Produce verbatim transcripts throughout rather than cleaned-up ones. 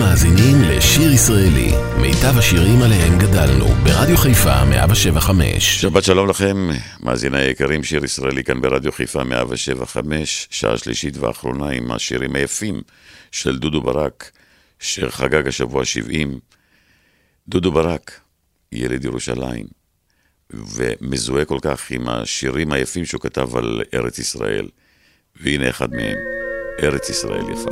מאזינים לשיר ישראלי, מיטב השירים עליהם גדלנו, ברדיו חיפה מאה שבע חמש. שבת שלום לכם, מאזיני היקרים, שיר ישראלי כאן ברדיו חיפה מאה שבע חמש, שעה שלישית ואחרונה עם השירים היפים של דודו ברק, שחגג השבוע שבעים. דודו ברק, ילד ירושלים, ומזוהה כל כך עם השירים היפים שהוא כתב על ארץ ישראל, והנה אחד מהם, ארץ ישראל יפה.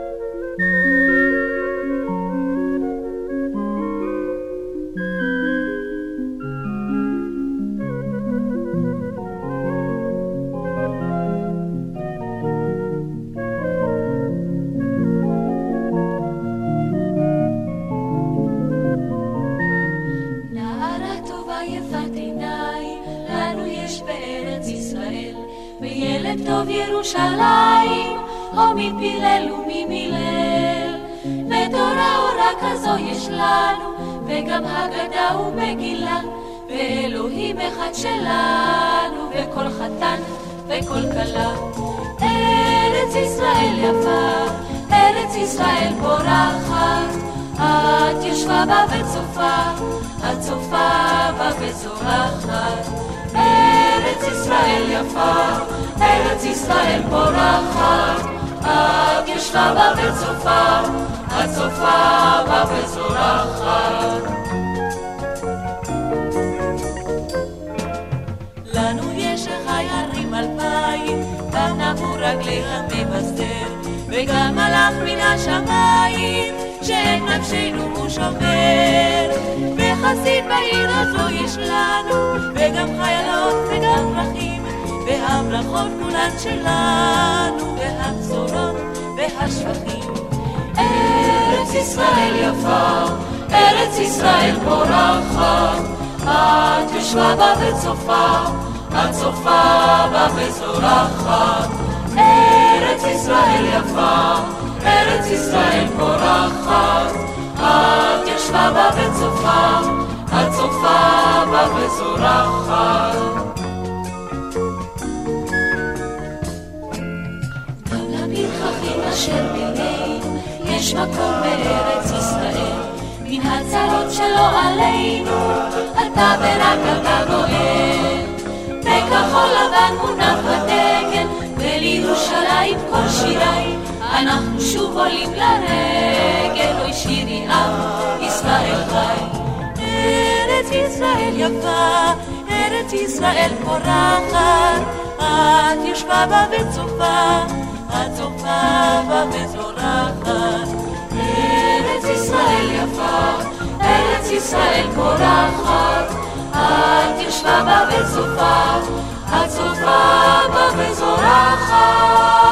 טוב ירושלים, או מפילל וממילל, ותורה אורה כזו יש לנו, וגם הגדה ומגילה, ואלוהים אחד שלנו, וכל חתן וכל כלה. ארץ ישראל יפה, ארץ ישראל פורחת, את ישבה בה וצופה, את צופה בה וזורחת. ארץ ישראל יפה, ארץ ישראל פורחת, את ישבה בה וצופה, את צופה בה וזורחת. לנו יש חיירים אלפיים, גם נבו רגלי המבשר, וגם מלאך מן השמיים, שאין נפשנו הוא שומר. וחסיד בעיר הזו יש לנו, וגם חיילות וגם פרחים, והברכות כולן שלנו, והבשורות והשפכים. ארץ ישראל יפה, ארץ ישראל פורחת, את ישבה בה וצופה, את צופה בה וזורחת. ארץ ישראל יפה, ארץ ישראל פורחת, את ישבה בה וצופה, את צופה בה וזורחת. גם למרחבים אשר בינינו יש מקום בארץ ישראל, מן הצרות שלא עלינו אתה ורק אתה גואל. בכחול לבן מונף הדגל, ולירושלים כל שירי אנחנו שוב עולים לרגל. אוי שירי עם ישראל חי. ארץ ישראל יפה, ארץ ישראל פורחת, את ישבה בה וצופה, את צופה בה וזורחת. ארץ ישראל יפה, ארץ ישראל פורחת, את ישבה בה וצופה, את צופה בה וזורחת.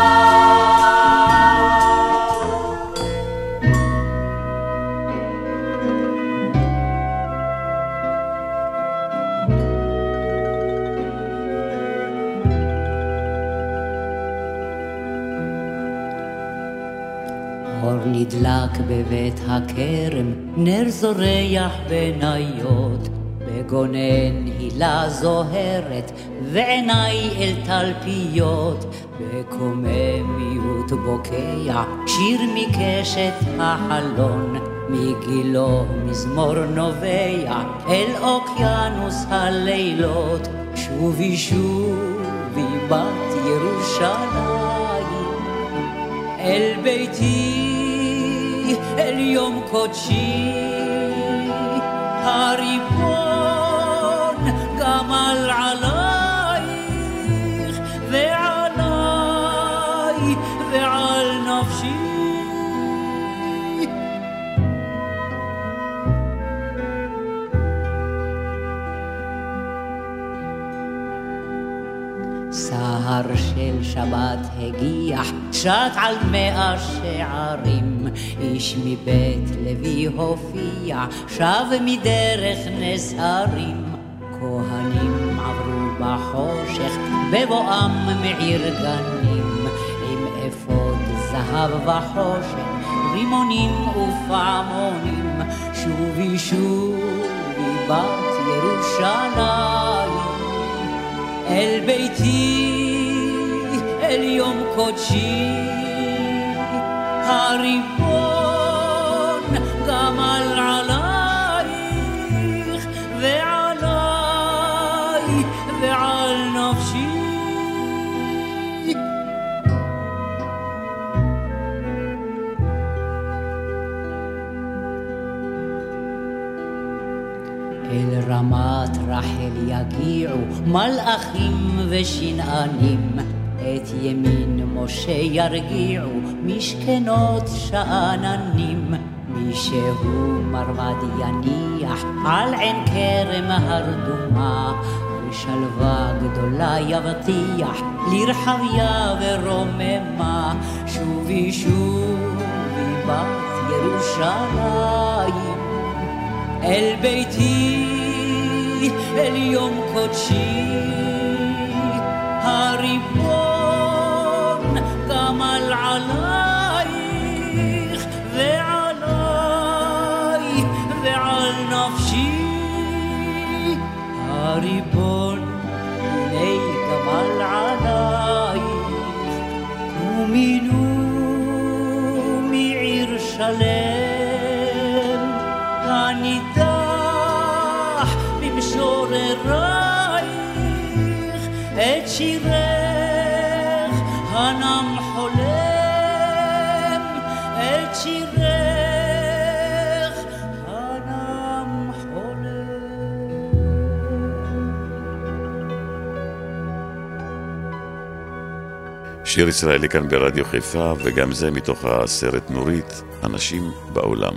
אור נדלק בבית הכרם, נר זורח בניות, בגונן הילה זוהרת, ועיניי אל תלפיות, בקוממיות בוקע, שיר מקשת החלון, מגילו מזמור נובע, אל אוקיינוס הלילות. שובי שובי בת ירושלים, אל ביתי, אל יום קודשי, הריבון גמל עלייך ועליי ועל נפשי. סהר של שבת הגיע, שט על מאה שערים, איש מבית לוי הופיע, שב מדרך נסערים. כהנים עברו בחושך, בבואם מעיר גנים, עם אפוד זהב וחושך, רימונים ופעמונים. שובי שובי בת ירושלים, אל ביתי, אל יום קודשי, הריבון אל רמת רחל יגיעו מלאכים ושנענים, את ימין משה ירגיעו משכנות שאננים. מי שהוא מרבד יניח על עין כרם הרדומה, ושלווה גדולה יבטיח לרחביה ורוממה. שובי שובי בת ירושלים אל ביתי, אל יום קודשי. הריבון גמל עלייך ועליי ועל נפשי. הריבון הנה גמל עלייך, ומינו מעיר שלם הנידח במשוררייך את שירך הנם חולם, את שירך הנם חולם. שיר ישראלי כאן ברדיו חיפה, וגם זה מתוך הסרט נורית, אנשים בעולם.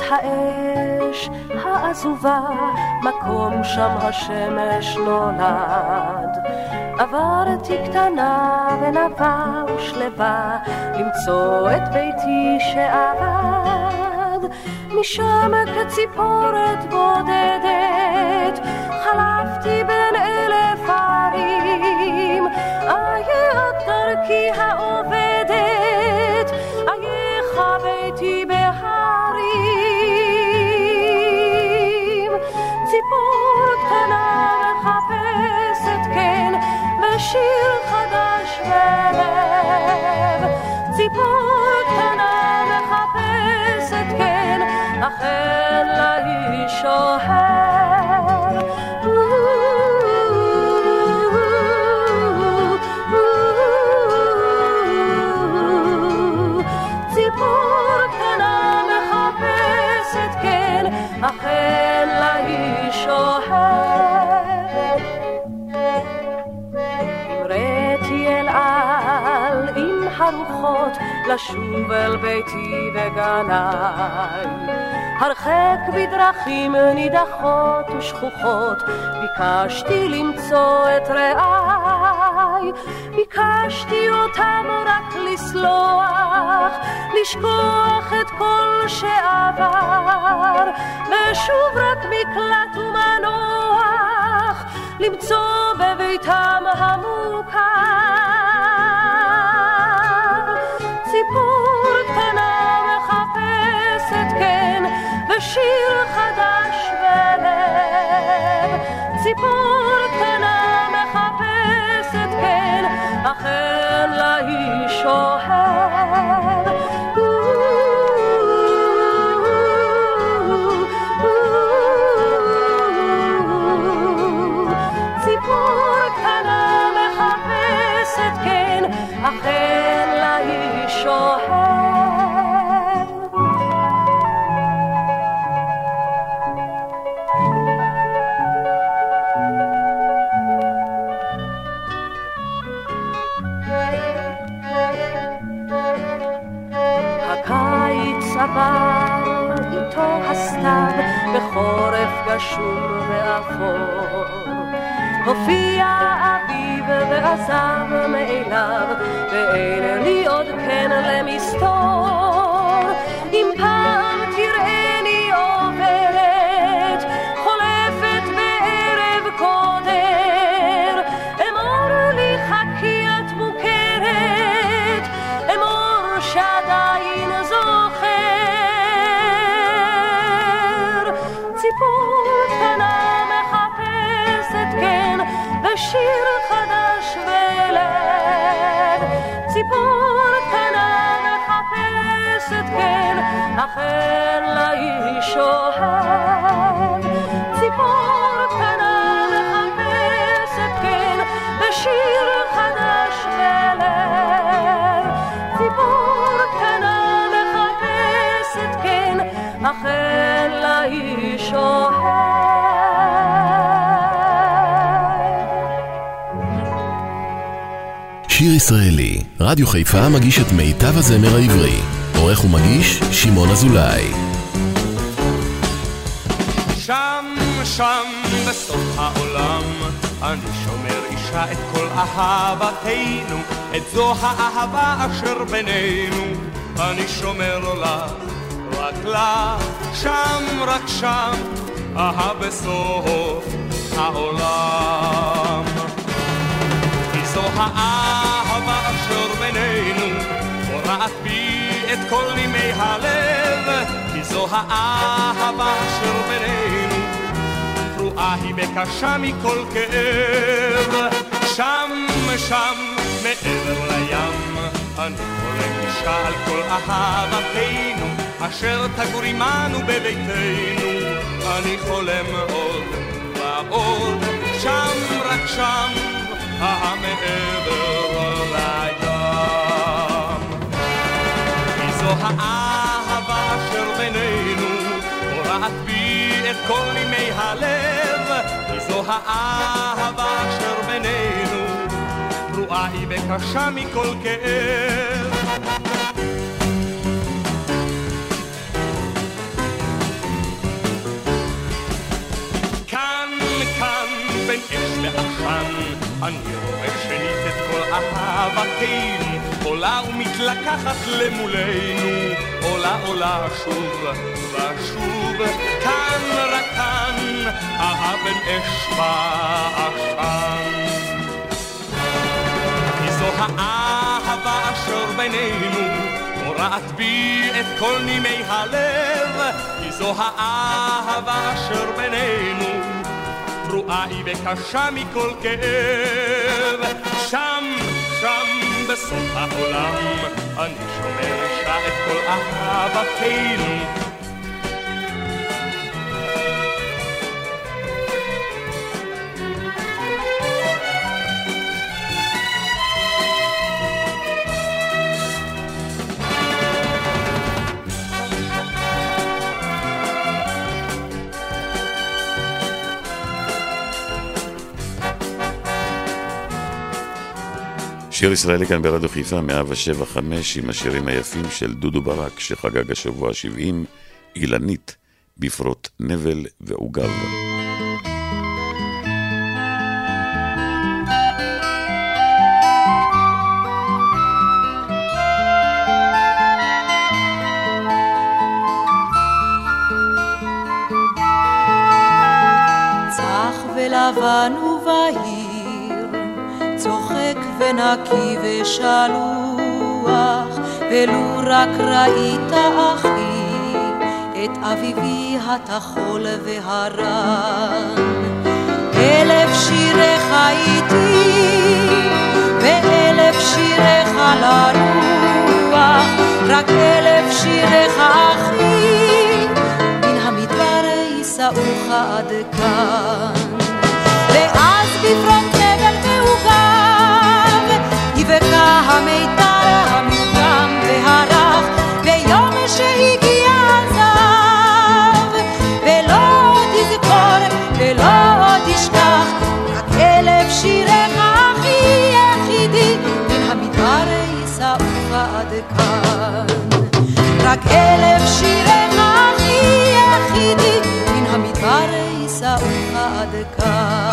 האש העזובה, מקום שם השמש נולד. עברתי קטנה ונבה ושלווה, למצוא את ביתי שאבד. משם כציפורת בודדת, חלפתי בין אלף ערים. איה את דרכי העובדת, אייך ביתי בהרים. ציפור קטנה מחפשת כן, בשיר חדש בלב. ציפור קטנה מחפשת כן, אכן לאיש אוהב. ציפור קטנה מחפשת כן, אכן לאיש אוהב. אמרתי אל על עם הרוחות, לשוב אל ביתי וגניי. הרחק בדרכים נידחות ושכוחות, ביקשתי למצוא את רעי. ביקשתי אותם רק לסלוח, לשכוח את כל שעבר, ושוב רק מקלט ומנוח, למצוא בביתם המוכר. ציפור קטנה מחפשת כן, ושיר חדש בלב. ציפור קטנה מחפשת כן, אכן לאיש אוהב. ציפור קטנה מחפשת כן, אכן לאיש אוהב. עבר איתו הסתיו בחורף גשום ואפור. הופיע אביב ועזב מאליו, ואין לי עוד כן למסתור. אם פעם תראיני עוברת, חולפת בערב קודר, אמור לי חכי את מוכרת, אמור שעדיין זוכר. ציפור קטנה מחפשת כן, ושיר חדש ולב. ציפור קטנה מחפשת כן, אכן לאיש אוהב. ציפור קטנה מחפשת כן, ושיר חדש ולב. ציפור קטנה מחפשת כן, אכן לאיש אוהב. שיר ישראלי, רדיו חיפה מגיש את מיטב הזמר העברי. עורך ומגיש שמעון אזולאי. שם שם בסוף העולם אני שומר אישה את כל אהבתנו, את זו האהבה אשר בינינו אני שומר לה, רק לה, שם רק שם אהב בסוף העולם. כי זו האהבה אשר בינינו קורעת בי את כל נימי הלב. כי זו האהבה אשר בינינו פרועה היא וקשה מכל כאב. שם שם מעבר לים אני חולם אישה על כל אהבתנו אשר תגור עמנו בביתנו. אני חולם עוד ועוד, שם רק שם המעבר לים. כי זו האהבה אשר בינינו קורעת בי את כל נימי הלב. כי זו האהבה אשר בינינו פרועה היא וקשה מכל כאב. אני רואה שנית את כל אהבתנו, עולה ומתלקחת למולנו, עולה עולה שוב ושוב, כאן רק כאן, אהבן אש בעשן. כי זו האהבה אשר בינינו, הוראת בי את כל נימי הלב, כי זו האהבה אשר בינינו, פרועה היא וקשה מכל כאב. שם, שם בסוף העולם, אני שומר אישה את כל אהבתנו. שיר ישראלי כאן ברדיו חיפה מאה ושבע חמש עם השירים היפים של דודו ברק שחגג השבוע שבעים, אילנית, בפרוט נבל ועוגב. צח ולבן ובהיר, צוחק ונקי ושלוח, ולו רק ראית אחי את אביבי התחול והרן. אלף שירך איתי ואלף שירך לרוח, רק אלף שירך אחי מן המדבר יישאוך עד כאן. ואז בפרוט נבל ועוגב יבקע המיתר המוגם והרך, ביום שהגיע הזב, ולא תזכור ולא תשכח, רק אלף שירך אחי יחידי מן המדבר יישאוך עד כאן. רק אלף שירך אחי יחידי מן המדבר יישאוך עד כאן.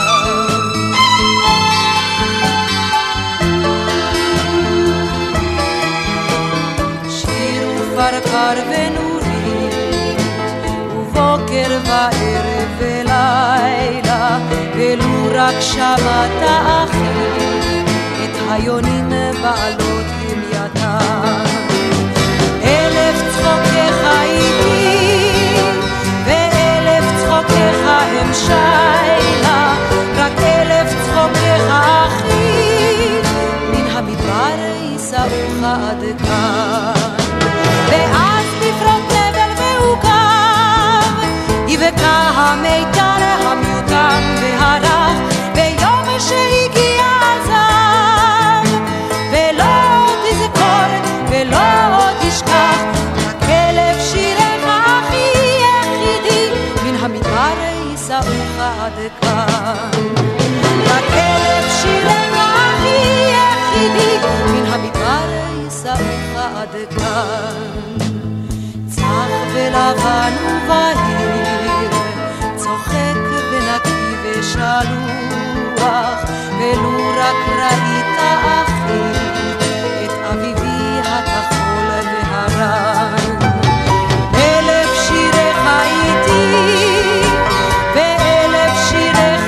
קר ונורית, ובוקר וערב ולילה, ולו רק שמעת אחי את היונים בעלות דמייתן. אלף צחוקיך איתי ואלף צחוקיך הם שיילה, רק אלף צחוקיך אחי מן המדבר יישאוך עד כאן. ואז בפרוט נבל ועוגב יבקע המיתר המוגם והרך, ביום שהגיע הזב, ולא תזכור ולא תשכח, רק אלף שירך אחי יחידי מן המדבר יישאוך עד כאן. רק אלף שירך אחי יחידי מן המדבר יישאוך עד כאן. צח ולבן ובהיר, צוחק ונקי ושלוח, ולו רק ראית אחי את אביבי התחול והרן. אלף שירך איתי ואלף שירך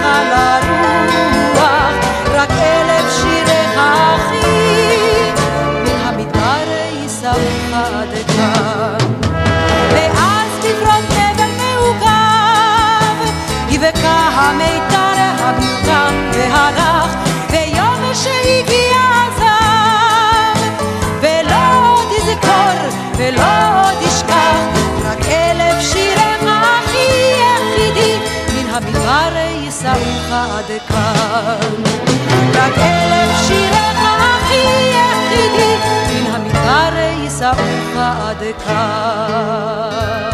לרוח, רק אלף שירך אחי מן המדבר יישאוך עד כאן. ואז בפרוט נבל ועוגב יבקע המיתר המוגם והרך, ביום שהגיע הזב, ולא תזכור ולא תשכח, רק אלף שירך אחי יחידי מן המדבר יישאוך עד כאן. רק אלף שירך אחי יחידי מן המדבר יישאוך עד כאן.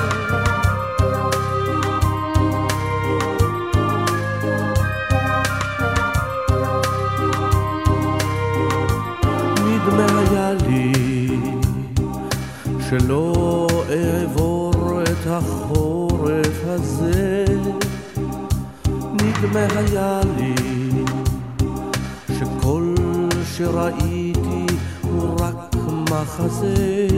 נדמה היה לי שלא אעבור את החורף הזה, נדמה היה לי שראיתי הוא רק מחזה,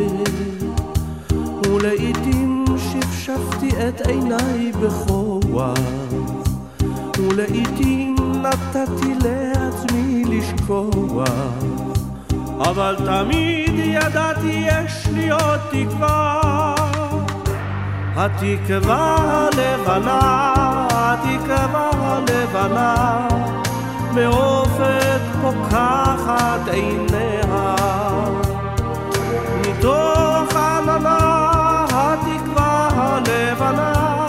ולעיתים שפשפתי את עיניי בכוח, ולעיתים נתתי לעצמי לשכוח, אבל תמיד ידעתי יש לי עוד תקווה, התקווה הלבנה, התקווה הלבנה, מאופק פוקחת עיניה, מתוך עננה התקווה הלבנה,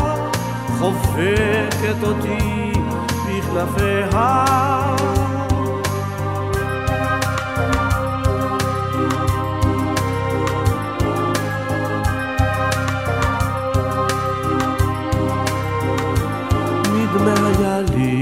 חופקת אותי בכנפיה. נדמה היה לי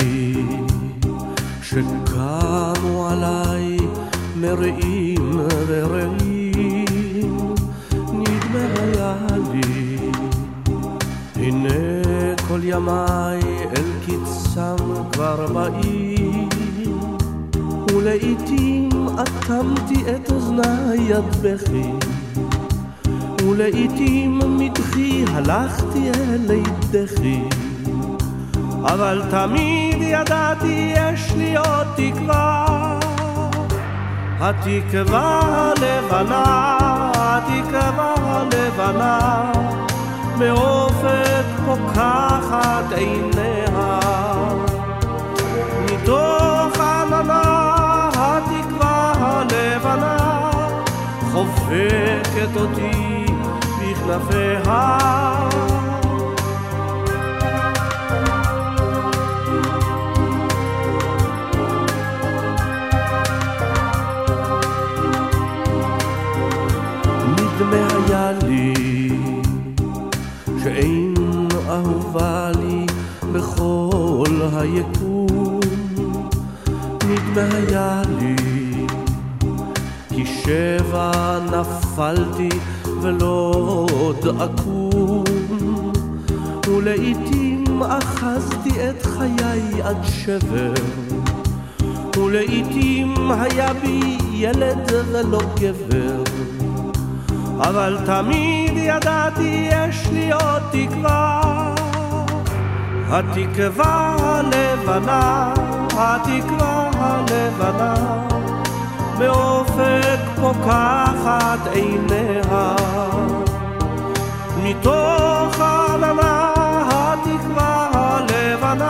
שקמו עליי מרעים ורעים, נדמה היה לי הנה כל ימיי אל קיצם כבר באים, ולעיתים אטמתי את אוזניי עד בכי, ולעיתים מדחי הלכתי אלי דחי, אבל תמיד ידעתי יש לי עוד תקווה, התקווה הלבנה, התקווה הלבנה, מאופק פוקחת עיניה, מתוך עננה התקווה הלבנה, חופקת אותי בכנפיה. נדמה היה לי שאין אהובה לי בכל היקום, נדמה היה לי כי שבע נפלתי ולא עוד אקום, ולעיתים אחזתי את חיי עד שבר, ולעיתים היה בי ילד ולא גבר, אבל תמיד ידעתי יש לי עוד תקווה, התקווה הלבנה, התקווה הלבנה, מאופק פוקחת עיניה, מתוך עננה התקווה הלבנה,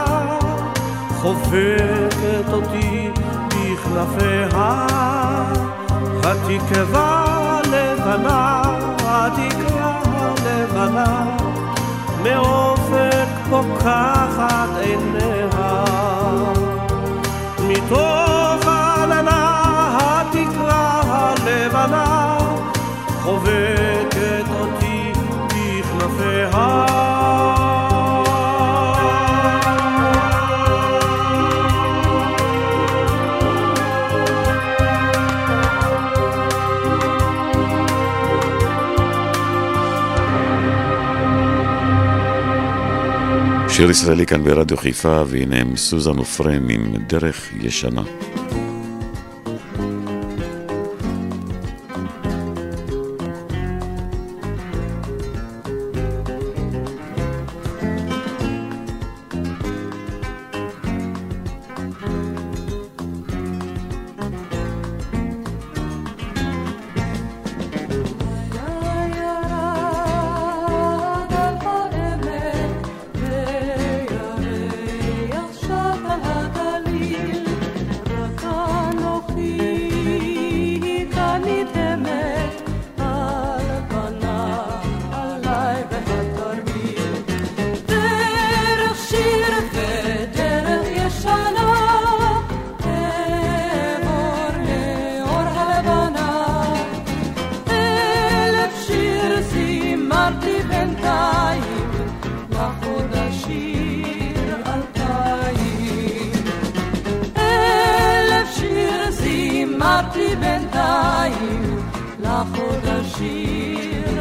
חופקת אותי בכנפיה, התקווה הלבנה, התקווה הלבנה, מאופק פוקחת עיניה, מתוך עננה התקווה הלבנה, חובקת אותי בכנפיה. שיר ישראלי כאן ברדיו חיפה, והנה הם סוזן ופרן עם דרך ישנה. אמרתי בינתיים לחודשים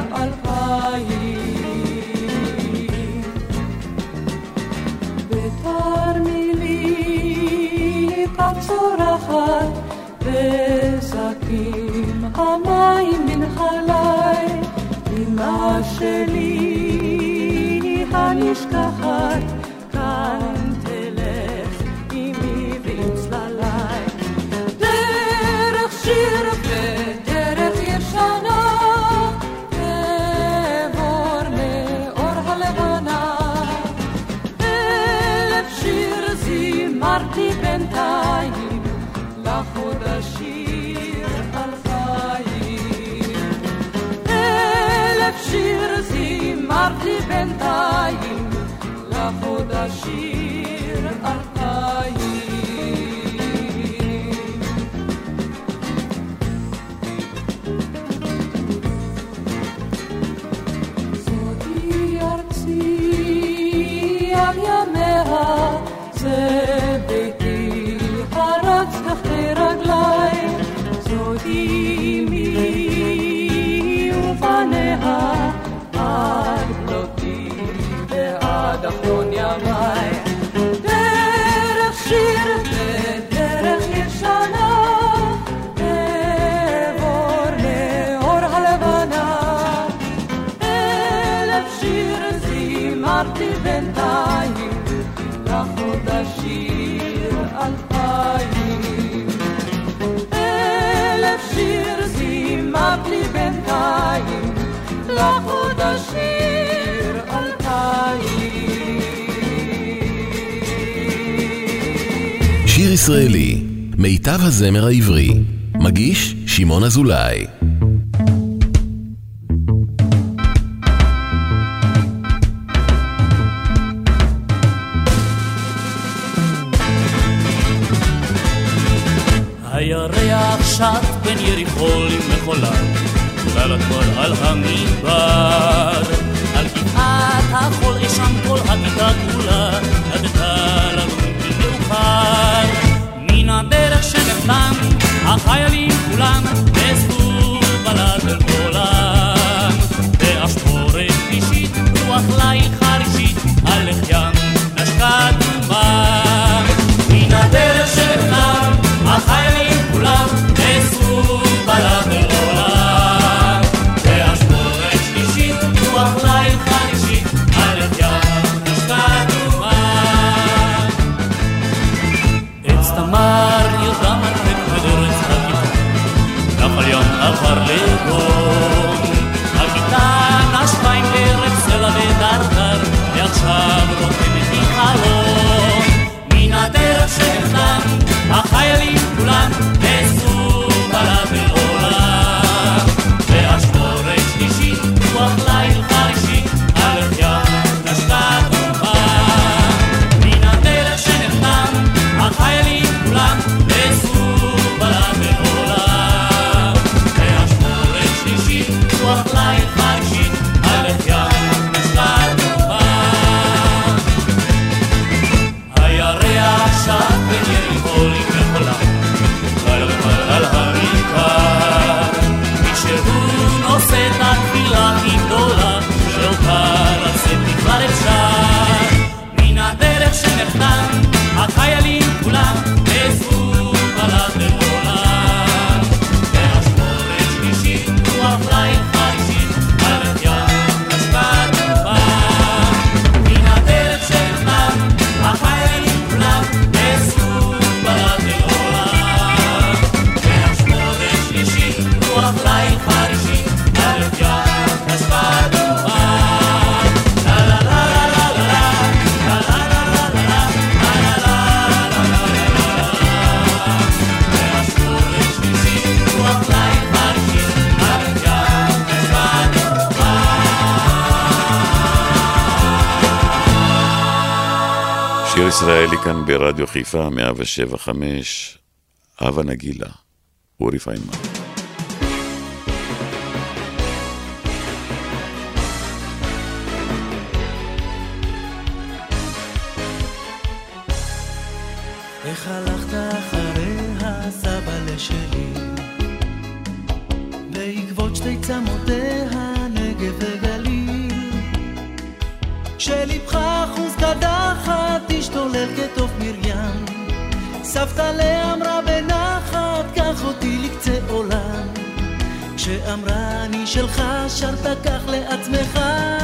אלפיים בתרמילי פצורחת שלי הנשכחת כאן תלך עמי ועם צללי דרך שיר ודרך ישנה עבור מאור הלבנה אלף שיר זימרתי בינתיים לך עוד השיר על חיים אלף שיר זימרתי בינתיים לך עוד השיר על חיים זאתי ארצי על ימיה זה ביתי הרץ תחתי רגלי זאתי אמי ופניה עד בלותי ועד אחרון ימי דרך שיר ודרך ישנה עבור לאור הלבנה אלף שיר זימרתי בינתיים לך עוד השיר על חיים אלף שיר זימרתי בינתיים לך עוד השיר על חיים שיר ישראלי, מיטב הזמר העברי, מגיש שמעון אזולאי. הירח שט בין יריחו למחולה ולכל על המדבר על גבעת החול אשם כל הכיתה כולה ידתה לנו במאוחר מן הדרך שנחתם החיילים כולם נאספו בלד אל עולם באשפורת אישית רוח ליל חרישית הלך ים נשקה דומה מן הדרך שנחתם החיילים כולם נאספו בלד אל עולם באשפורת שלישית רוח ליל חרישית הלך ים נשקה דומה עץ תמר ירדם מרחק בדרך הכיתה נחל ים עבר לגום הכיתה נשפה עם דרך סלע ודרדר ועכשיו רוקמת מחלום מן הדרך שנחתם החיילים כולם נאספו בלד אל עולם באשפורת שלישית רוח ליל חרישית הלך ים נשקה דומה מן הדרך שנחתם החיילים כולם נאספו בלד אל עולם באשפורת שלישית רוח ליל חרישית הלך ים נשקה דומה הירח שט בין יריחו למחולה ולכל על המדבר כשהוא נושא את התפילה הכי גדולה שאותה לצאת בכלל אפשר מן הדרך שנחתם החיילים כולם נאספו בלד אל עולם באשפורת שלישית רוח ליל חרישית הלך ים נשקה דומה מן הדרך שנחתם החיילים כולם נאספו בלד אל עולם באשפורת שלישית רוח ליל חרישית הלך ים נשקה דומה לה לה לה לה לה לה לה לה לה באשפורת שלישית רוח ליל חרישית הלך ים נשקה דומה שיר ישראלי כאן ברדיו חיפה מאה ושבע חמש אבא נגילה אורי פיינמן איך הלכת אחריה סבא שלי בעקבות שתי צמותיה נגב וגליל כשלבך אחוז קדחת תשתולל כתוף מרים סבתא לאמרה בנחת קח אותי לקצה עולם שאמרה אני שלך, שרת כך לעצמך.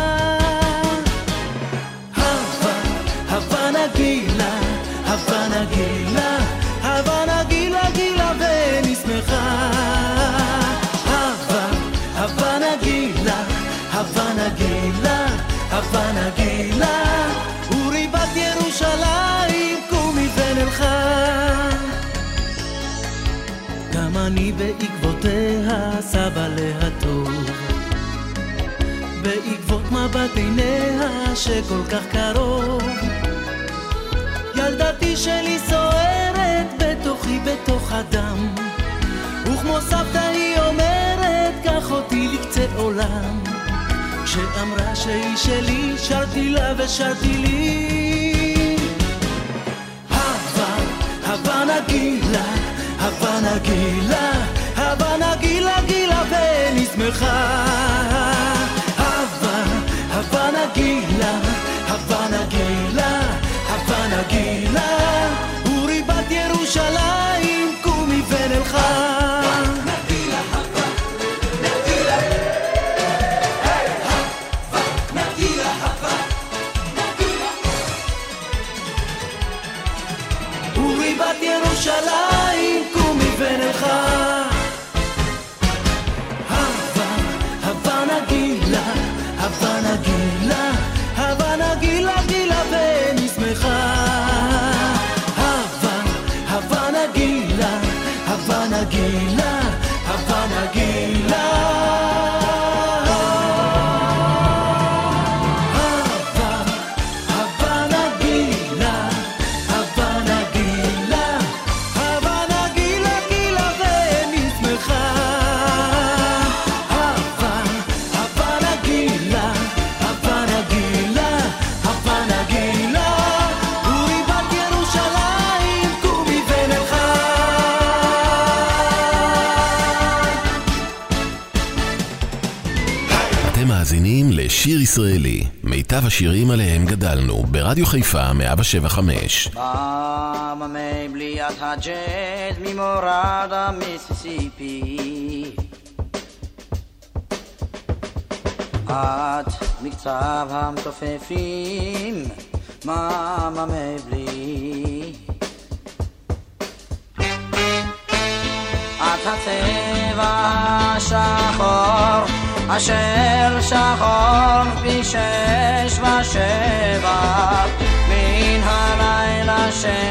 הווה, הווה נגילה, הווה נגילה, הווה נגילה, גילה ונשמחה. הווה, הווה נגילה, הווה נגילה, הווה נגילה, אורי בת ירושלים, קומי ונלכה. גם אני בעקבותיה סבא להטוב, בעקבות מבט עיניה שכל כך קרוב. ילדתי שלי סוערת בתוכי בתוך הדם, וכמו סבתא היא אומרת קח אותי לקצה עולם. כשאמרה שהיא שלי שרתי לה ושרתי לי. הווה, הווה נגילה, הווה נגילה, הווה נגילה, גילה ונשמחה. הווה, הווה נגילה, הווה נגילה, הווה נגילה, אורי בת ירושלים, קומי ונלכה. ירושלים, קומי ונלכה. הווה, הווה נגילה, הווה נגילה, הווה נגילה, גילה ונשמחה. הווה, הווה נגילה, הווה נגילה, הווה נגילה. מאזינים לשיר ישראלי, מיטב השירים עליהם גדלנו, ברדיו חיפה מאה שבע חמש. בממי בליית הג'אז ממורד המיסיסיפי, את מקצב המתופפים, מממי בלי. את הצבע השחור אשר שחור פי שש ושבע מן הלילה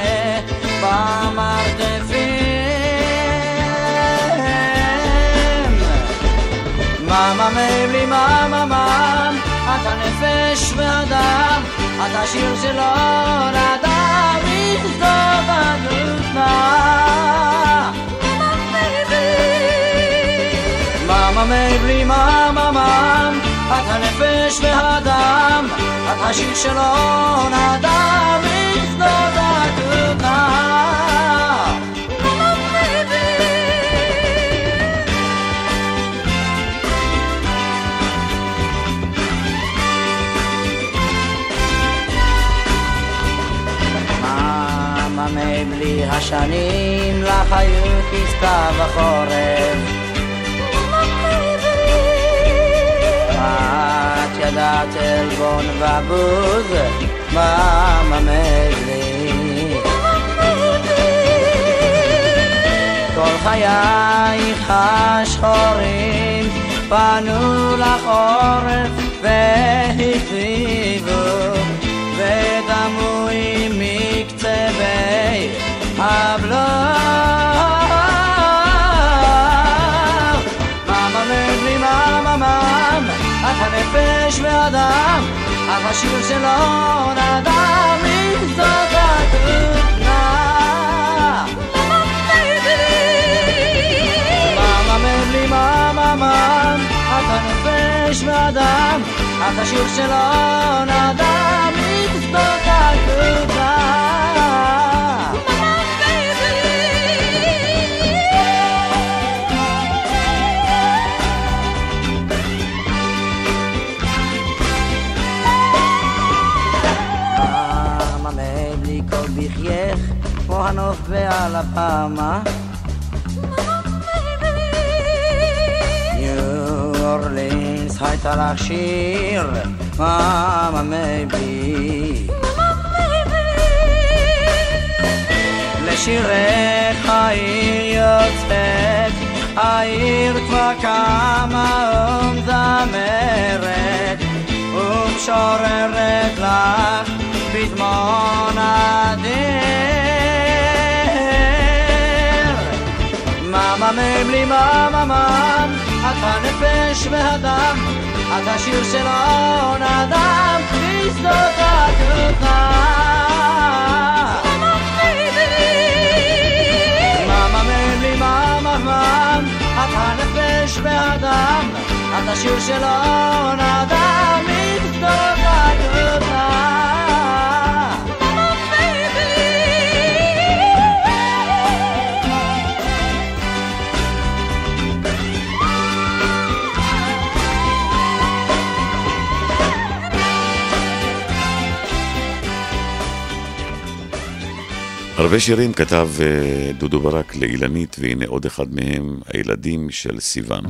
שבמרדפים. מאמה מבלי מאמה מאם, את הנפש והדם, את השיר שלא נדם לכתוב הדותנה. מאמה מבלי מאמה מאם, את הנפש והדם, את השיר שלא נדם לכתוב הדותנה. מאמה מבלי. מאמה מבלי השנים לך היו כסתיו החורף, את ידעת אלבון ובוז, מאמה מבלי. כל חייך השחורים פנו לך עורף והכתיבו ודמו עם מקצבי הבלור. מאמה מבלי מאמה מאם, את הנפש והדם, את השיר שלא נדם לכתוב הדותנה. מאמה מבלי מאמה מאם, את הנפש והדם, את השיר שלא נדם לכתוב הדותנה. בחייך כמו הנוף באלבמה, התחלת לך שיר, מאמה מייבי. לשירך העיר יוצאת, העיר כבר קמה ומזמרת, ומשוררת לך פזמון אדיר. מאמה מבלי מאמה מאם, את הנפש והדם, את השיר של ההון אדם בשדות הכותנה. מאמה מבלי מאמה מאם, את הנפש והדם, את השיר של ההון אדם בשדות הכותנה. הרבה שירים כתב דודו ברק לאילנית, והנה עוד אחד מהם, הילדים של סיוון.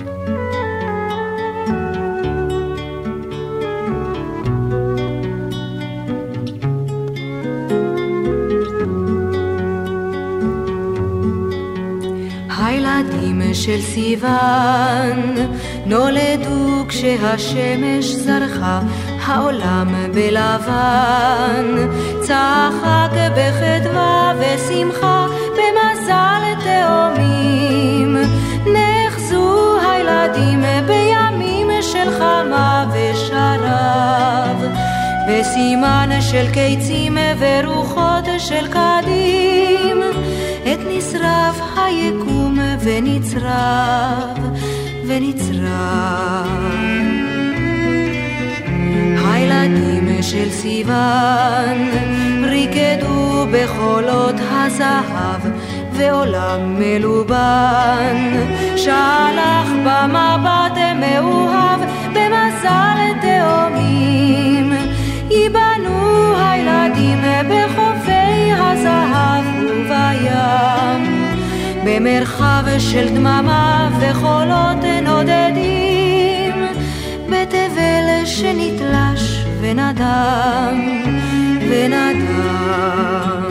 הילדים של סיוון נולדו כשהשמש זרחה, העולם בלבן, צחק בחדווה ושמחה, במזל תאומים. נחזו הילדים בימים של חמה ושרב, בסימן של קיצים ורוחות של קדים, את נשרף היקום ונצרב ונצרב. הילדים של סיוון ריקדו בחולות הזהב, ועולם מלובן שלח במבט מאוהב, במזל תאומים. ייבנו הילדים בחופי הזהב ובים, במרחב של דממה וחולות נודדים, בתבל שנתלש ונדם ונדם.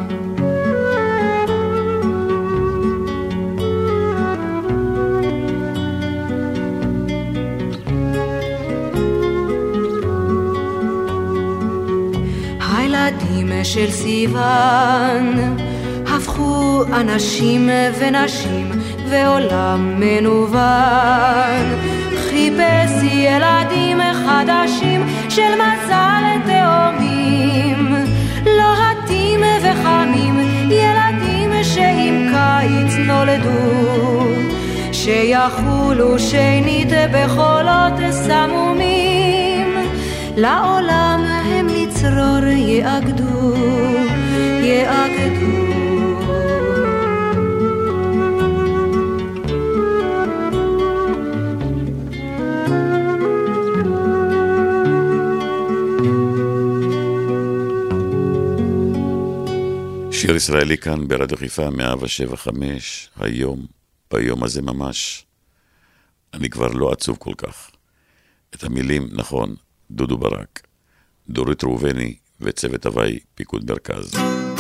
הילדים של סיוון הפכו אנשים ונשים ועולם מנוון, חיפש ילדים חדשים של מזל תאומים, לוהטים וחמים, ילדים שעם קיץ נולדו, שיחולו שנית בחולות סמומים, לעולם הם לצרור יאגדו, יאגדו. שיר ישראלי כאן ברדיו חיפה מאה שבע חמש. היום, ביום הזה ממש, אני כבר לא עצוב כל כך. את המילים, נכון, דודו ברק, דורית ראובני וצוות הוואי פיקוד מרכז.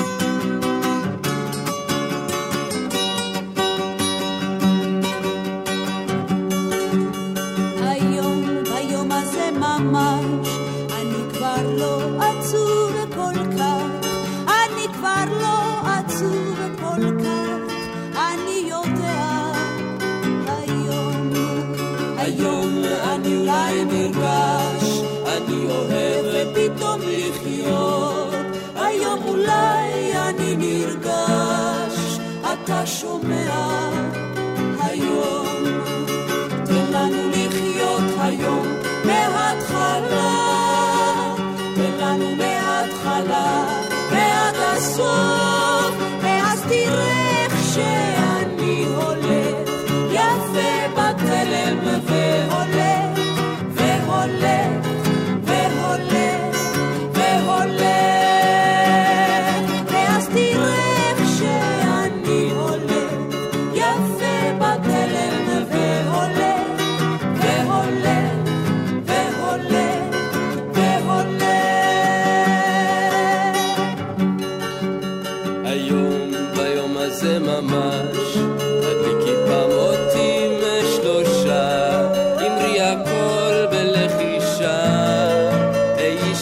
היום, ביום הזה ממש, אני כבר לא עצוב כל כך, אני כבר לא עצוב כל כך, אני יודע, היום, היום אני אולי נרגש, אני אוהב ופתאום לחיות, היום אולי אני נרגש, אתה שומע, היום, תן לנו לחיות היום מההתחלה, תן לנו מההתחלה, ועד הסוף, ואז תראה איך שאני הולך, יפה בתלם והולך, והולך, והולך, והולך, ואז תראה איך שאני הולך, יפה בתלם והולך, והולך,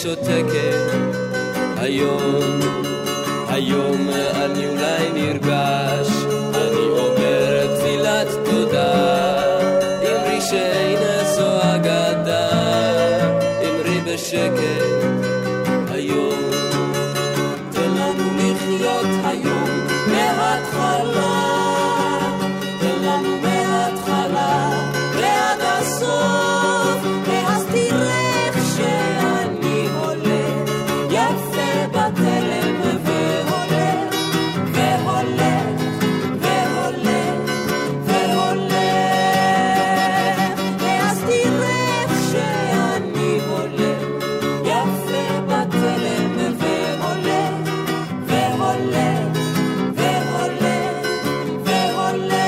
שותקת היום, היום אני אולי נרגש, אני אומר תפילת תודה, אמרי שאינה זו אגדה, אמרי בשקט היום, תן לנו לחיות היום מההתחלה, תן לנו מההתחלה ועד הסוף, ואז תראה שאני הולך יפה בתלם והולך והולך והולך והולך, ואז תראה שאני הולך יפה בתלם והולך והולך והולך והולך.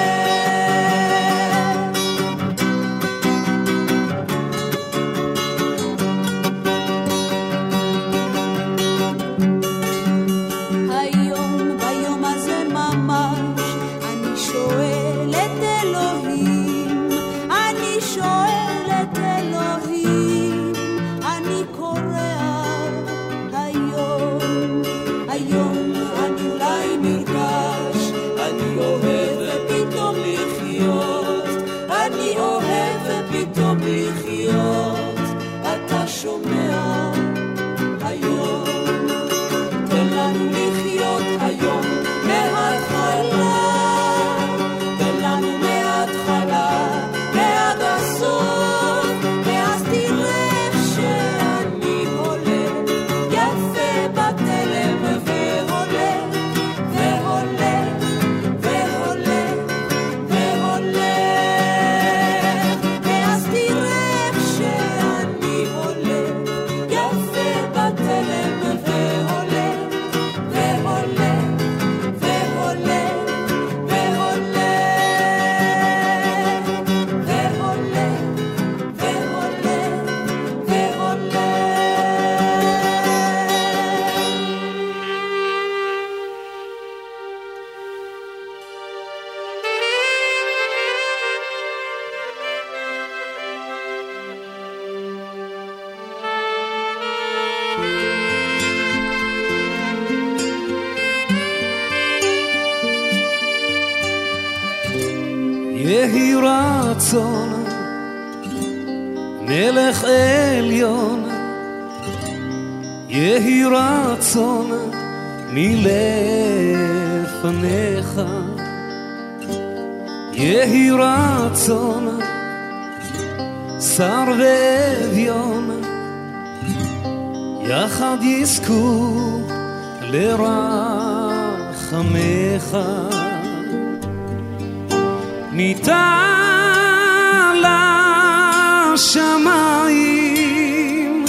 היום ביום הזה ממש אני שואל את אלוהים, אני שואל את אלוהים, אני קורא היום, היום אני אולי נרגש, אני אוהב ופתאום לחיות, אני אוהב ופתאום לחיות, אתה שומע היום, תן לנו לחיות היום מההתחלה, תן לנו מההתחלה ועד הסוף, ואז תראה שאני הולך יפה בתלם והולך והולך והולך והולך, ואז תראה שאני הולך יפה בתלם והולך והולך והולך והולך והולך והולך והולך. יהי רצון מלך עליון, יהי רצון מלפניך, יהי רצון שר ואביון, יחד יזכו לרחמך. ניתן לשמיים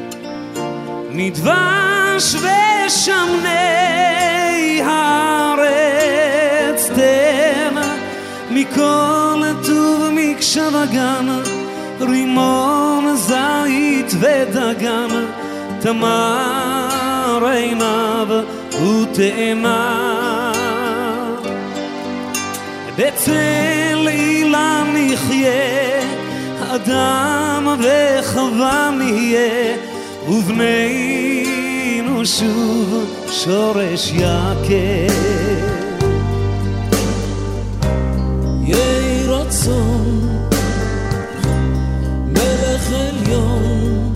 מדבש ושמני הארץ, תן מכל טוב מקשב הגן, רימון זית ודגן, תמר עיניו ותאנה. בצל אילן נחיה, אדם וחווה נהיה, ובנינו שוב שורש יקר. יהי רצון מלך עליון,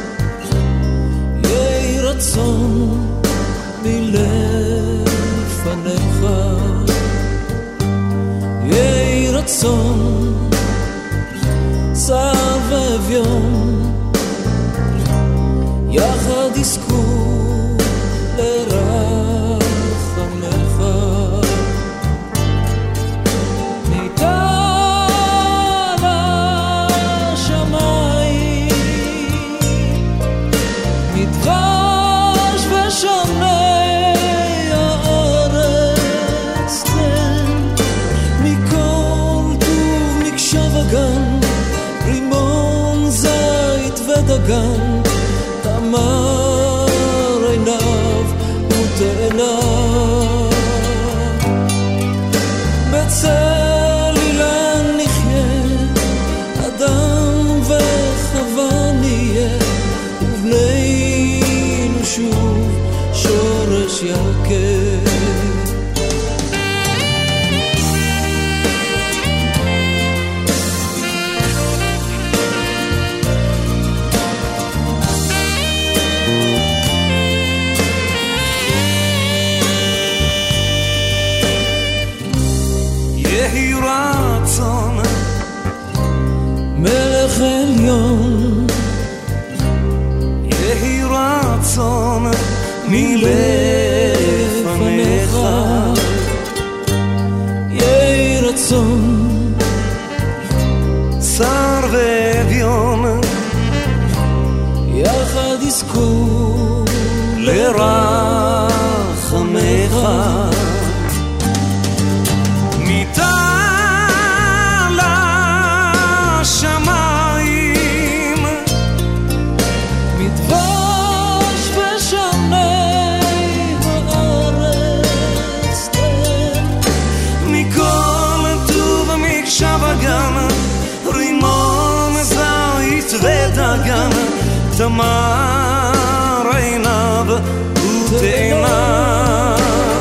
יהי רצון מלפניך, יהי רצון שר ואביון, יחד יזכו לרחמך. ניתן לשמיים מדבש ושמני הארץ, תן מכל טוב מקשב הגן, רימון זית ודגן, תמר עיניו ותאנה. בצל אילן נחיה, אדם וחווה נהיה, ובני רצון מלפניך, יהי רצון צר ואביון יחד יזכו לרחמך. מתעל השמיים מתבש בשמי הארץ תן, מכל טוב מקשב אגם רימון זית ודגן, תמר עיניו ותאנה,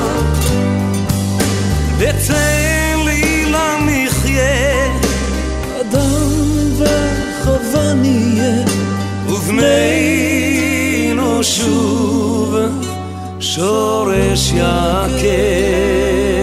ותן לי למחיה אדם וחווה נהיה, ובנינו שוב שורש יקר.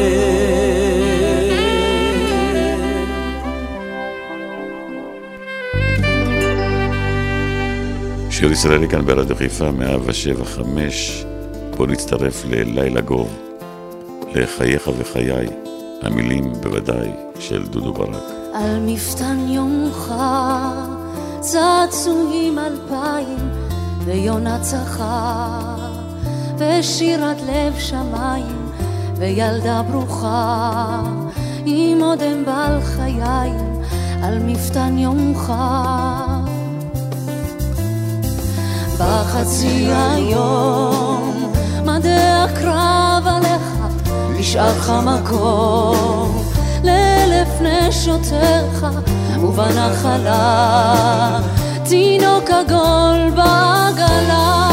שיר ישראלי כאן ברדיו חיפה מאה ושבע חמש. בוא נצטרף ללילה גוב, לחייך וחיי, המילים בוודאי של דודו ברק. על מפתן יומך צעצועים אלפיים ויונה צחה ושירת לב שמיים וילדה ברוכה עם אודם בעל חיים על מפתן יומך. בחצי היום מדע קרב עליך נשאר לך מקום לאלף נשותיך, ובנחלה תינוק עגול בעגלה.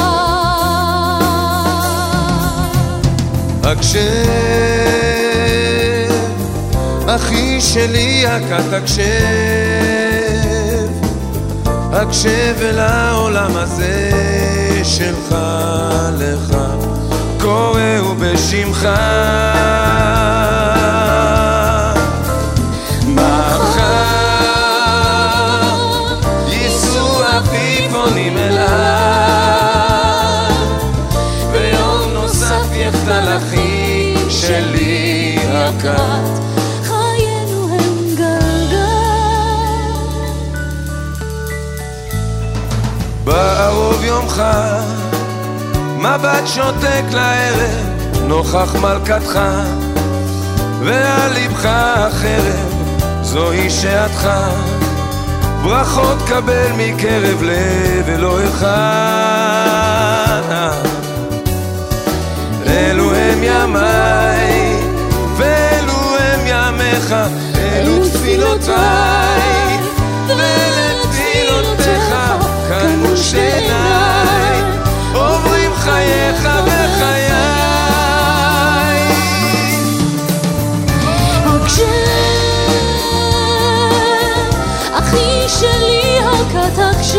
הקשב אחי שלי הקט, הקשב הקשב אל העולם הזה שלך לך, קוראו בשמך מחר ייסעו עפיפונים אליי, ויום נוסף יחדל אחי שלי הקט, חיינו הם גלגל. בערוב יומך מבט שותק לערב נוכח מלכתך, ועל לבך החרב זוהי שעתך, ברכות קבל מקרב לב אלוהיך. אלו הם ימיי ואלו הם ימיך, אלו תפילותיי ולתפילותיך, כאן מול שעיניי עוברים חייך וחיי. הקשב אחי שלי הקט, הקשב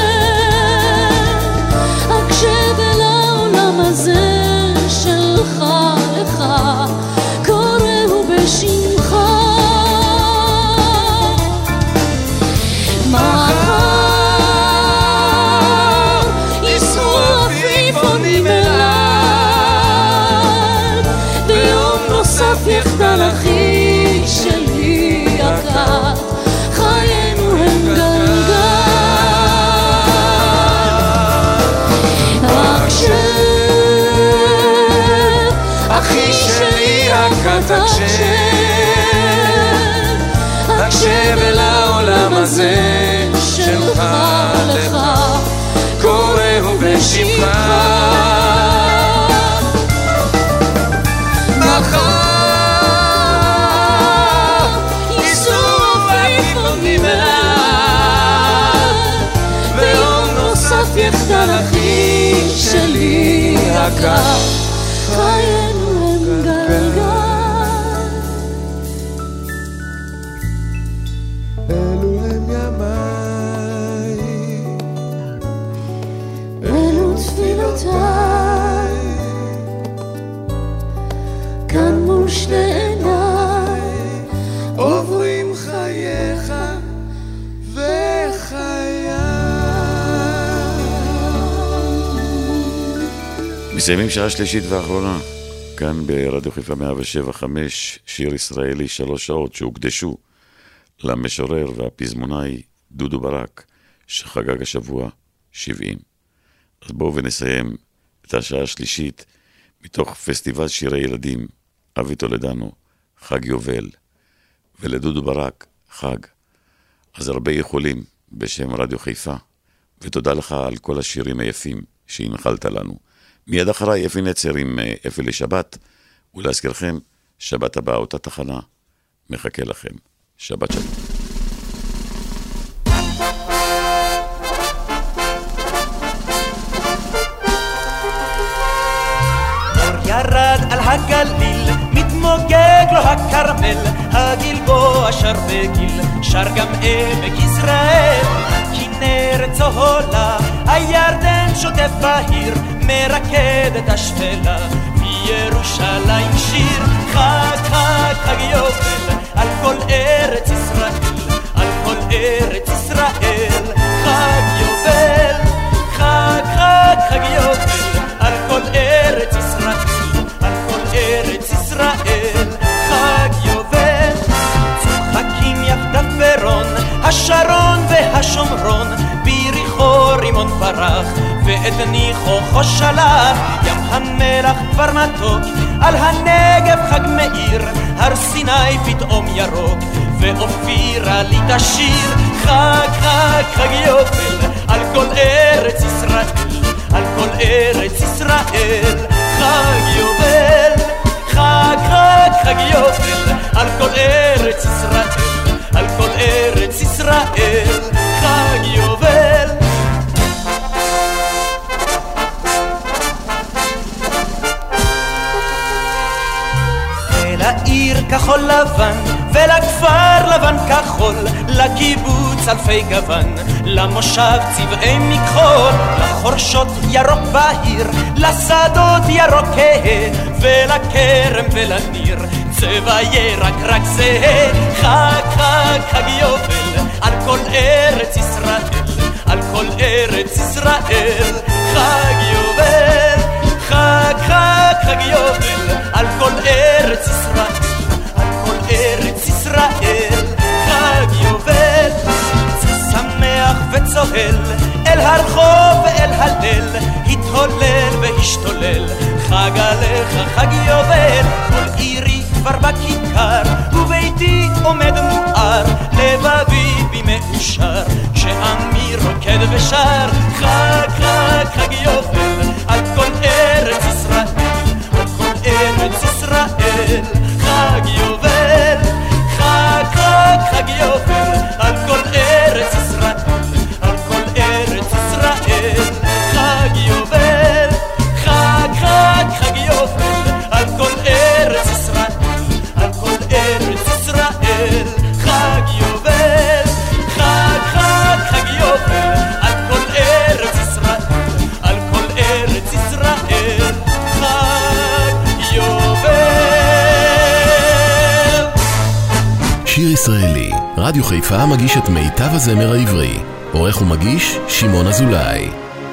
הקשב אל העולם הזה שלך לך, קוראו בשמך מחר ייסעו עפיפונים אליי, ויום נוסף יחדל אחי שלי הקט, חיינו הם גלגל. הקשב אחי שלי הקט, הקשב הקשב אל העולם הזה שלך לך, קוראו בשמך מחר ייסעו עפיפונים אליי, ויום נוסף יחדל אחי שלי הקט, חיינו הם גלגל. אלו הם ימיי, אלו תפילותיי, כאן מול שתי עיניי עוברים חייך וחיי. מסיימים שעה שלישית ואחרונה, כאן ברדיו חיפה מאה ושבע חמש, שיר ישראלי שלוש שעות שהוקדשו למשורר והפזמונאי דודו ברק, שחגג השבוע שבעים. אז בואו ונסיים את השעה השלישית מתוך פסטיבל שירי ילדים, אבי תולדנו, חג יובל, ולדודו ברק, חג. אז הרבה יכולים בשם רדיו חיפה, ותודה לך על כל השירים היפים שהנחלת לנו. מיד אחריי אפי נצר עם אפי לשבת, ולהזכירכם, שבת הבאה אותה תחנה, מחכה לכם. שבת שלום. ירד על הגליל, מתמוגג לו הכרמל, הגלבוע שר בגיל, שר גם עמק יזרעאל, כנרת צהולה, הירדן שוטף בהיר, מרקד את השפלה, וירושלים שיר, חג חג חג יובל, על כל ארץ ישראל, על כל ארץ ישראל, חג יובל, חג חג חג יובל, על כל ארץ ישראל, על כל ארץ ישראל, חג יובל. צוחקים יחדיו ברון, השרון והשומרון, ביריחו רימון פרח, ואת ניחוחו שלח, ים המלח כבר מתוק, על הנגב חג מאיר, הר סיני פתאום ירוק, ואופירה לי תשיר, חג חג חג יובל, על כל ארץ ישראל, על כל ארץ ישראל, חג יובל, חג חג חג יובל, על כל ארץ ישראל, על כל ארץ ישראל, חג יובל. ולעיר כחול לבן, ולכפר לבן כחול, לקיבוץ אלפי גוון, למושב צבעי מכחול, לחורשות ירוק בהיר, לשדות ירוק כהה, ולכרם ולניר צבע ירק רק זהה, חג חג חג יובל, על כל ארץ ישראל, על כל ארץ ישראל, חג יובל, חג חג חג יובל, על כל ארץ ישראל, על כל ארץ ישראל, חג יובל. שמח וצוהל אל הרחוב ואל הליל, התהולל והשתולל, חג עליך חג יובל. כל עירי כבר בכיכר, וביתי עומד מואר, לבבי בי מאושר, כשעמי רוקד ושר, חג חג חג יובל, על כל ארץ ישראל, על כל ארץ ישראל, חג יובל, חג חג חג יובל, על כל ארץ ישראל, על כל ארץ ישראל, חג יובל, חג חג חג יובל, על כל ארץ ישראל, על כל ארץ ישראל, חג יובל, חג חג חג יובל, על כל ארץ ישראל, על כל ארץ ישראל, חג יובל. שיר ישראלי, רדיו חיפה מגיש את מיטב הזמר העברי. עורך ומגיש שמעון אזולאי.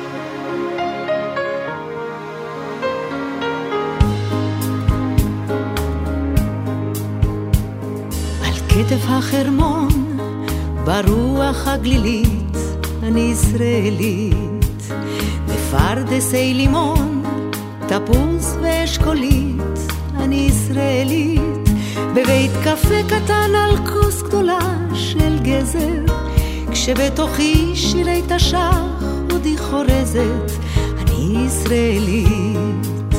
על כתף החרמון, ברוח הגלילית, אני ישראלית. בפרדסי לימון, תפוז ואשכולית, אני ישראלית. בבית קפה קטן על כוס גדולה של גזר, כשבתוכי שירי תשח עודי חורזת, אני ישראלית.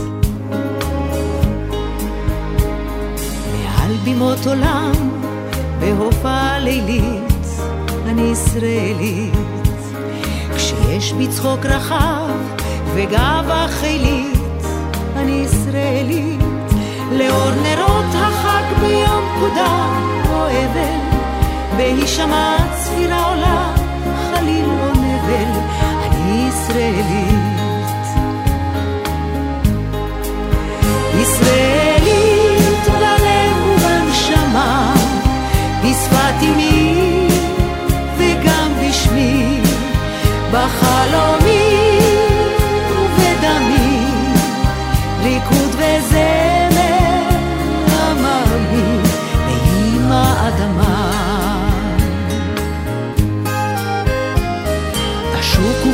מעל בימות עולם, בהופעה לילית, אני ישראלית. כשיש בצחוק רחב וגאווה חילית, אני ישראלית. לאור נרות החג ביום פקודה או אבל, בהישמע צפירה עולה חליל או נבל, אני ישראלית. ישראלית בלב ובנשמה, בשפת אמי וגם בשמי, בחלומי ובדמי,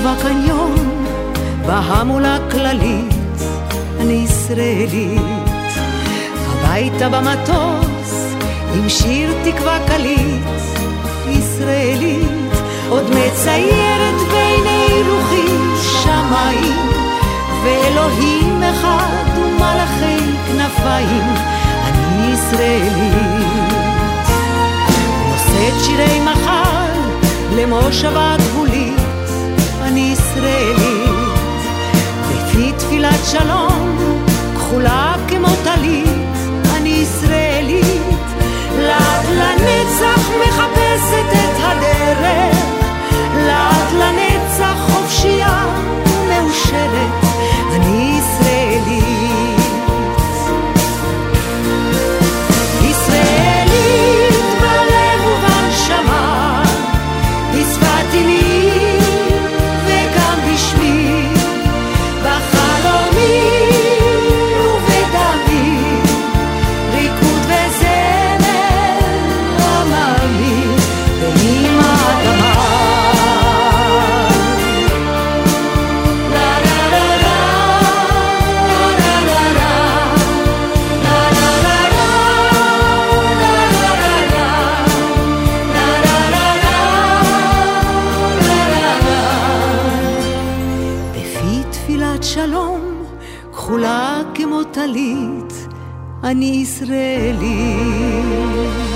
ובקניון, בהמולה כללית, אני ישראלית. הביתה במטוס, עם שיר תקווה קלית, ישראלית. עוד מציירת בעיני רוחי שמיים, ואלוהים אחד ומלאכי כנפיים, אני ישראלית. נושאת שירי מחל למושבה גבולית, אני ישראלית. בפי תפילת שלום כחולה כמו טלית, אני ישראלית. לעד לנצח מחפשת את הדרך, לעד לנצח חופשייה ומאושרת, אני ישראלית. ישראלית בלב ובנשמה, בשפת אמי וגם בשמי, בחלומי ובדמי, ריקוד וזמר עממי, ועם האדמה. שלום כחולה כמו טלית, אני ישראלית.